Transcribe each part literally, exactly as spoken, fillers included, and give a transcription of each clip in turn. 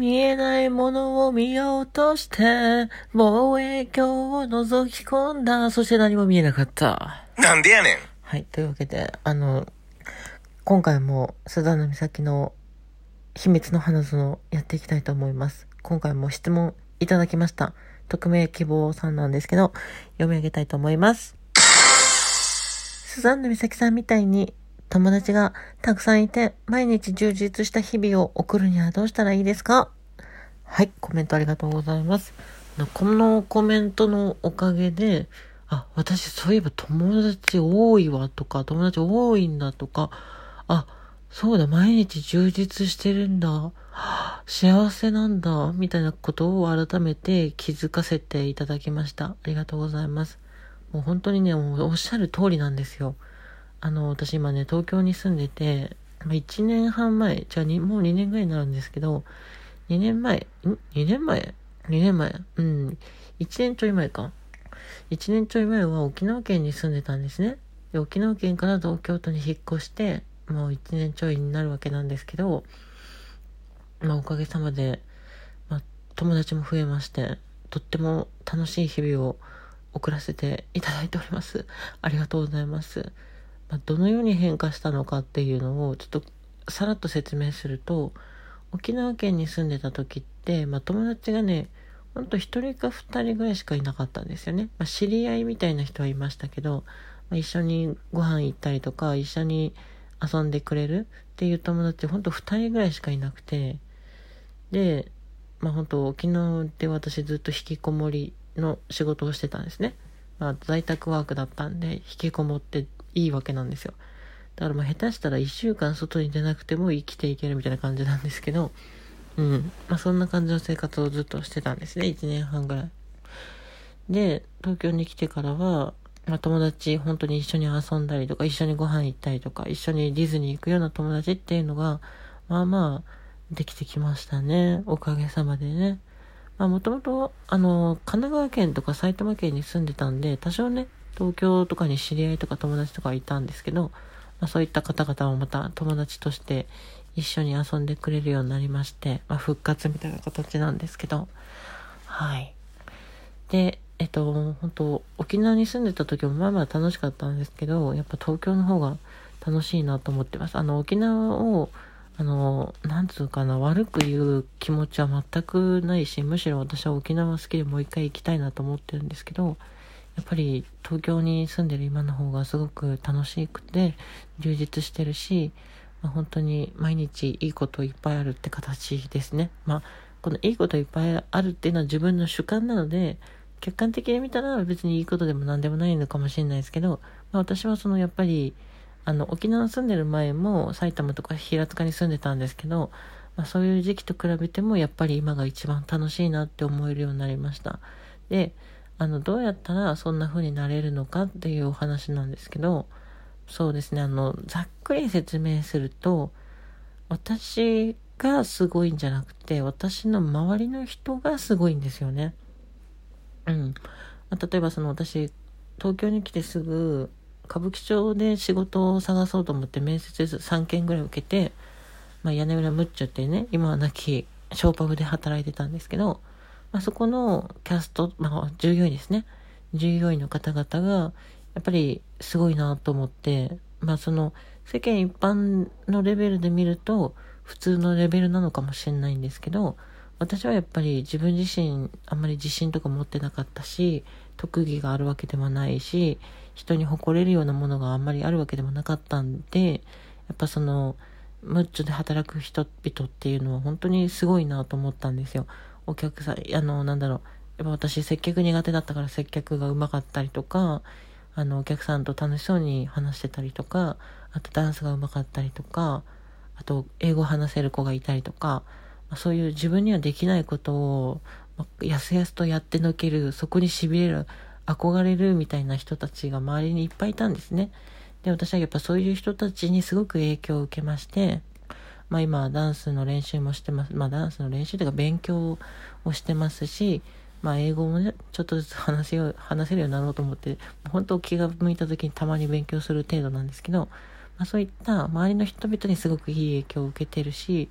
見えないものを見ようとして望遠鏡を覗き込んだ。そして何も見えなかった。 なんでやねん。 はい、というわけで、あの今回もスザンヌ岬の秘密の花園やっていきたいと思います。今回も質問いただきました。匿名希望さんなんですけど、読み上げたいと思います。スザンヌ岬さんみたいに友達がたくさんいて毎日充実した日々を送るにはどうしたらいいですか？はい、コメントありがとうございます。このコメントのおかげで、あ、私そういえば友達多いわとか、友達多いんだとか、あ、そうだ、毎日充実してるんだ、幸せなんだみたいなことを改めて気づかせていただきました。ありがとうございます。もう本当にね、もうおっしゃる通りなんですよ。あの私今ね東京に住んでて、まあ、いちねんはん前じゃあにもうにねんぐらいになるんですけど、にねんまえんにねんまえにねんまえうんいちねんちょい前かいちねんちょい前は沖縄県に住んでたんですね。で沖縄県から東京都に引っ越してもういちねんちょいになるわけなんですけど、まあおかげさまで、まあ、友達も増えまして、とっても楽しい日々を送らせていただいております。ありがとうございます。まあ、どのように変化したのかっていうのをちょっとさらっと説明すると、沖縄県に住んでた時って、まあ、友達がねほんとひとりかふたりぐらいしかいなかったんですよね。まあ、知り合いみたいな人はいましたけど、まあ、一緒にご飯行ったりとか一緒に遊んでくれるっていう友達ほんとふたりぐらいしかいなくて、でまあ本当沖縄で私ずっと引きこもりの仕事をしてたんですね。まあ在宅ワークだったんで引きこもっていいわけなんですよ。だからまあ下手したらいっしゅうかん外に出なくても生きていけるみたいな感じなんですけど、うんまあそんな感じの生活をずっとしてたんですね、いちねんはんぐらいで。東京に来てからは、まあ、友達本当に一緒に遊んだりとか一緒にご飯行ったりとか一緒にディズニー行くような友達っていうのがまあまあできてきましたね、おかげさまでね。まあもともとあの神奈川県とか埼玉県に住んでたんで多少ね東京とかに知り合いとか友達とかいたんですけど、まあ、そういった方々もまた友達として一緒に遊んでくれるようになりまして、まあ、復活みたいな形なんですけど、はいでえっと本当沖縄に住んでた時もまあまあ楽しかったんですけど、やっぱ東京の方が楽しいなと思ってます。あの沖縄をあのなんつうかな悪く言う気持ちは全くないし、むしろ私は沖縄好きでもう一回行きたいなと思ってるんですけど、やっぱり東京に住んでる今の方がすごく楽しくて充実してるし、まあ、本当に毎日いいこといっぱいあるって形ですね。まあこのいいこといっぱいあるっていうのは自分の主観なので、客観的に見たら別にいいことでも何でもないのかもしれないですけど、まあ、私はそのやっぱりあの沖縄住んでる前も埼玉とか平塚に住んでたんですけど、まあ、そういう時期と比べてもやっぱり今が一番楽しいなって思えるようになりました。であのどうやったらそんな風になれるのかっていうお話なんですけど、そうですね、あのざっくり説明すると、私がすごいんじゃなくて私の周りの人がすごいんですよね。うんまあ、例えばその私東京に来てすぐ歌舞伎町で仕事を探そうと思って面接さんけんぐらい受けて、まあ、屋根裏ムッチョってね今は亡きショーパブで働いてたんですけど、まあ、そこのキャスト、まあ、従業員ですね従業員の方々がやっぱりすごいなと思って、まあその世間一般のレベルで見ると普通のレベルなのかもしれないんですけど、私はやっぱり自分自身あんまり自信とか持ってなかったし、特技があるわけでもないし、人に誇れるようなものがあんまりあるわけでもなかったんで、やっぱそのムッチョで働く人々っていうのは本当にすごいなと思ったんですよ。お客さんあのなんだろうやっぱ私接客苦手だったから接客がうまかったりとか、あのお客さんと楽しそうに話してたりとか、あとダンスがうまかったりとか、あと英語話せる子がいたりとか、そういう自分にはできないことをやすやすとやってのける、そこに痺れる憧れるみたいな人たちが周りにいっぱいいたんですね。で私はやっぱそういう人たちにすごく影響を受けまして、まあ今はダンスの練習もしてます。まあダンスの練習というか勉強をしてますし、まあ英語もねちょっとずつ話せよう話せるようになろうと思って本当気が向いた時にたまに勉強する程度なんですけど、まあ、そういった周りの人々にすごくいい影響を受けてるし、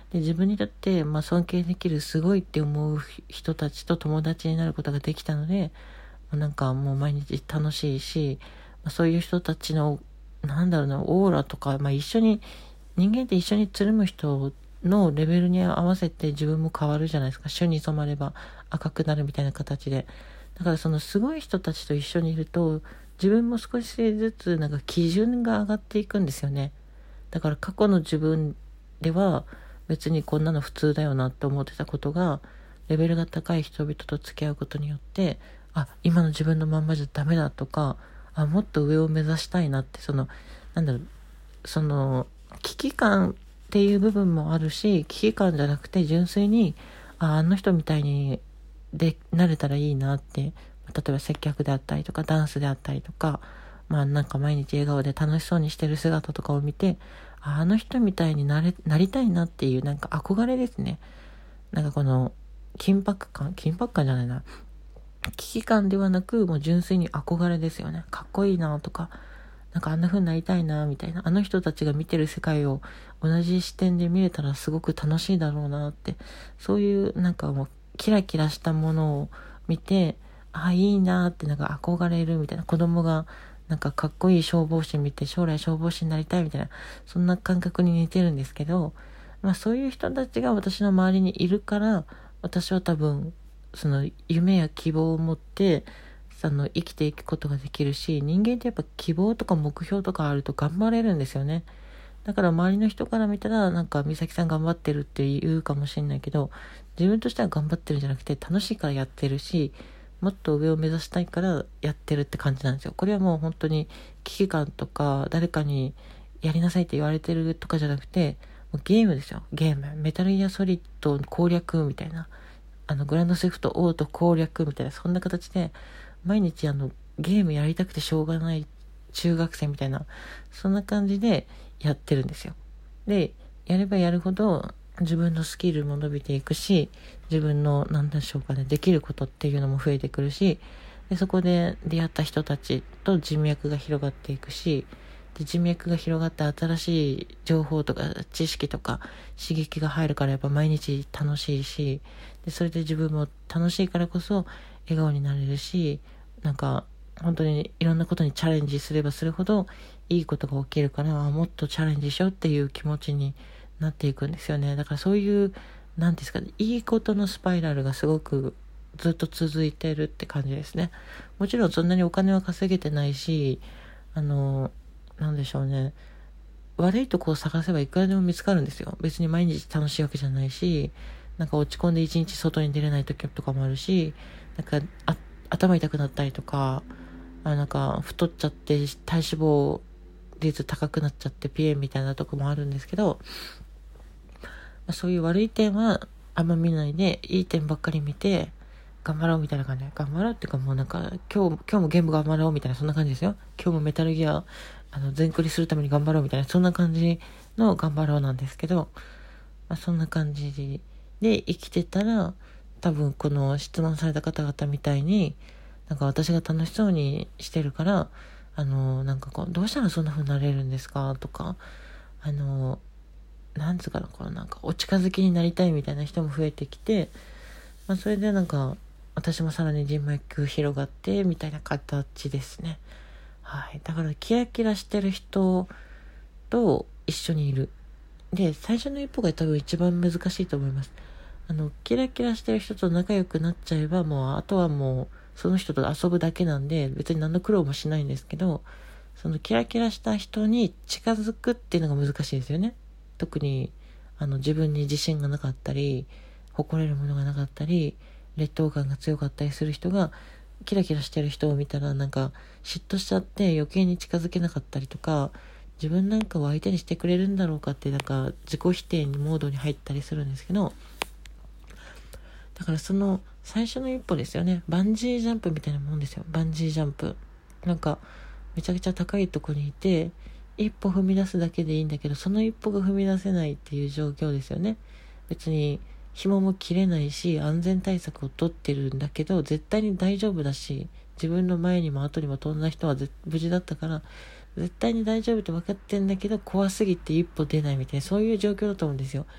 で自分にとって、まあ、尊敬できるすごいって思う人たちと友達になることができたので、なんかもう毎日楽しいし、まあ、そういう人たちのなんだろうなオーラとか、まあ、一緒に人間って一緒につるむ人のレベルに合わせて自分も変わるじゃないですか。旬に染まれば赤くなるみたいな形で。だからそのすごい人たちと一緒にいると自分も少しずつなんか基準が上がっていくんですよね。だから過去の自分では別にこんなの普通だよなって思ってたことが、レベルが高い人々と付き合うことによって、あ、今の自分のまんまじゃダメだとか、あ、もっと上を目指したいなって、そのなんだろう、その危機感っていう部分もあるし、危機感じゃなくて純粋に、あ、あの人みたいにでなれたらいいなって、例えば接客であったりとかダンスであったりとか、まあなんか毎日笑顔で楽しそうにしてる姿とかを見て、あ、あの人みたいになれなりたいなっていうなんか憧れですね。なんかこの緊迫感緊迫感じゃないな危機感ではなく、もう純粋に憧れですよね。かっこいいなとか、なんかあんな風になりたいなみたいな、あの人たちが見てる世界を同じ視点で見れたらすごく楽しいだろうなって、そういうなんかもうキラキラしたものを見て、あ、いいなってなんか憧れるみたいな、子供がなんかかっこいい消防士見て将来消防士になりたいみたいな、そんな感覚に似てるんですけど、まあそういう人たちが私の周りにいるから、私は多分その夢や希望を持ってあの生きていくことができるし、人間ってやっぱ希望とか目標とかあると頑張れるんですよね。だから周りの人から見たらなんか美咲さん頑張ってるって言うかもしれないけど、自分としては頑張ってるんじゃなくて楽しいからやってるし、もっと上を目指したいからやってるって感じなんですよ。これはもう本当に危機感とか誰かにやりなさいって言われてるとかじゃなくて、もうゲームですよ。ゲームメタルギアソリッド攻略みたいな、あのグランドセフトオート攻略みたいな、そんな形で毎日あのゲームやりたくてしょうがない中学生みたいな、そんな感じでやってるんですよ。でやればやるほど自分のスキルも伸びていくし、自分の何でしょうかね、できることっていうのも増えてくるし、でそこで出会った人たちと人脈が広がっていくし、で人脈が広がって新しい情報とか知識とか刺激が入るからやっぱ毎日楽しいし、でそれで自分も楽しいからこそ笑顔になれるし、なんか本当にいろんなことにチャレンジすればするほどいいことが起きるから、もっとチャレンジしようっていう気持ちになっていくんですよね。だからそういうなんですかね、いいことのスパイラルがすごくずっと続いてるって感じですね。もちろんそんなにお金は稼げてないし、あのなんでしょうね、悪いとこを探せばいくらでも見つかるんですよ。別に毎日楽しいわけじゃないし、なんか落ち込んで一日外に出れない時とかもあるし、なんかあ頭痛くなったりとか、あなんか太っちゃって体脂肪率高くなっちゃってピエンみたいなとこもあるんですけど、まあ、そういう悪い点はあんま見ないで、いい点ばっかり見て頑張ろうみたいな感じで、頑張ろうっていうかもうなんか今日今日もゲーム頑張ろうみたいな、そんな感じですよ。今日もメタルギアあの全クリするために頑張ろうみたいな、そんな感じの頑張ろうなんですけど、まあ、そんな感じで生きてたら、多分この質問された方々みたいになんか私が楽しそうにしてるから、あのなんかこうどうしたらそんな風になれるんですかとか、あのなんつうかな、このなんかお近づきになりたいみたいな人も増えてきて、まあ、それでなんか私もさらに人脈広がってみたいな形ですね。はい。だからキラキラしてる人と一緒にいる。で、最初の一歩が多分一番難しいと思います。あの、キラキラしてる人と仲良くなっちゃえば、もうあとはもうその人と遊ぶだけなんで、別に何の苦労もしないんですけど、そのキラキラした人に近づくっていうのが難しいですよね。特にあの自分に自信がなかったり、誇れるものがなかったり、劣等感が強かったりする人がキラキラしてる人を見たらなんか嫉妬しちゃって余計に近づけなかったりとか、自分なんかを相手にしてくれるんだろうかってなんか自己否定にモードに入ったりするんですけど、だからその最初の一歩ですよね。バンジージャンプみたいなもんですよ。バンジージャンプなんかめちゃくちゃ高いとこにいて一歩踏み出すだけでいいんだけど、その一歩が踏み出せないっていう状況ですよね。別に紐も切れないし安全対策を取ってるんだけど絶対に大丈夫だし、自分の前にも後にも飛んだ人は無事だったから絶対に大丈夫って分かってんだけど、怖すぎて一歩出ないみたいな、そういう状況だと思うんですよ。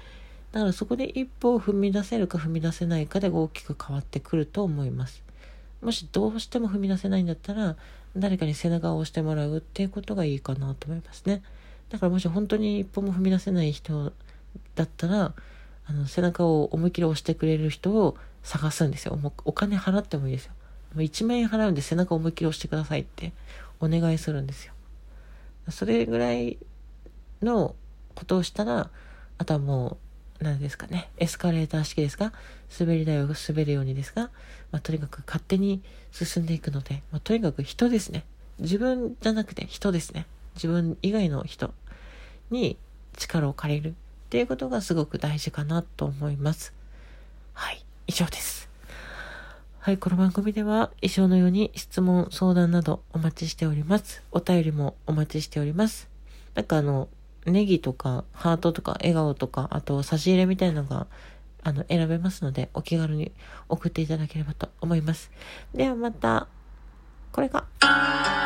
だからそこで一歩を踏み出せるか踏み出せないかで大きく変わってくると思います。もしどうしても踏み出せないんだったら、誰かに背中を押してもらうっていうことがいいかなと思いますね。だからもし本当に一歩も踏み出せない人だったら、あの背中を思いっきり押してくれる人を探すんですよ。もうお金払ってもいいですよ。もういちまんえん払うんで背中を思いっきり押してくださいってお願いするんですよ。それぐらいのことをしたら、あとはもう何ですかね、エスカレーター式ですか、滑り台を滑るようにですか、まあ、とにかく勝手に進んでいくので、まあ、とにかく人ですね。自分じゃなくて人ですね。自分以外の人に力を借りるっていうことがすごく大事かなと思います。はい、以上です。はい、この番組では以上のように質問、相談などお待ちしております。お便りもお待ちしております。なんかあの、ネギとかハートとか笑顔とか、あと差し入れみたいなのがあの選べますので、お気軽に送っていただければと思います。ではまた、これか。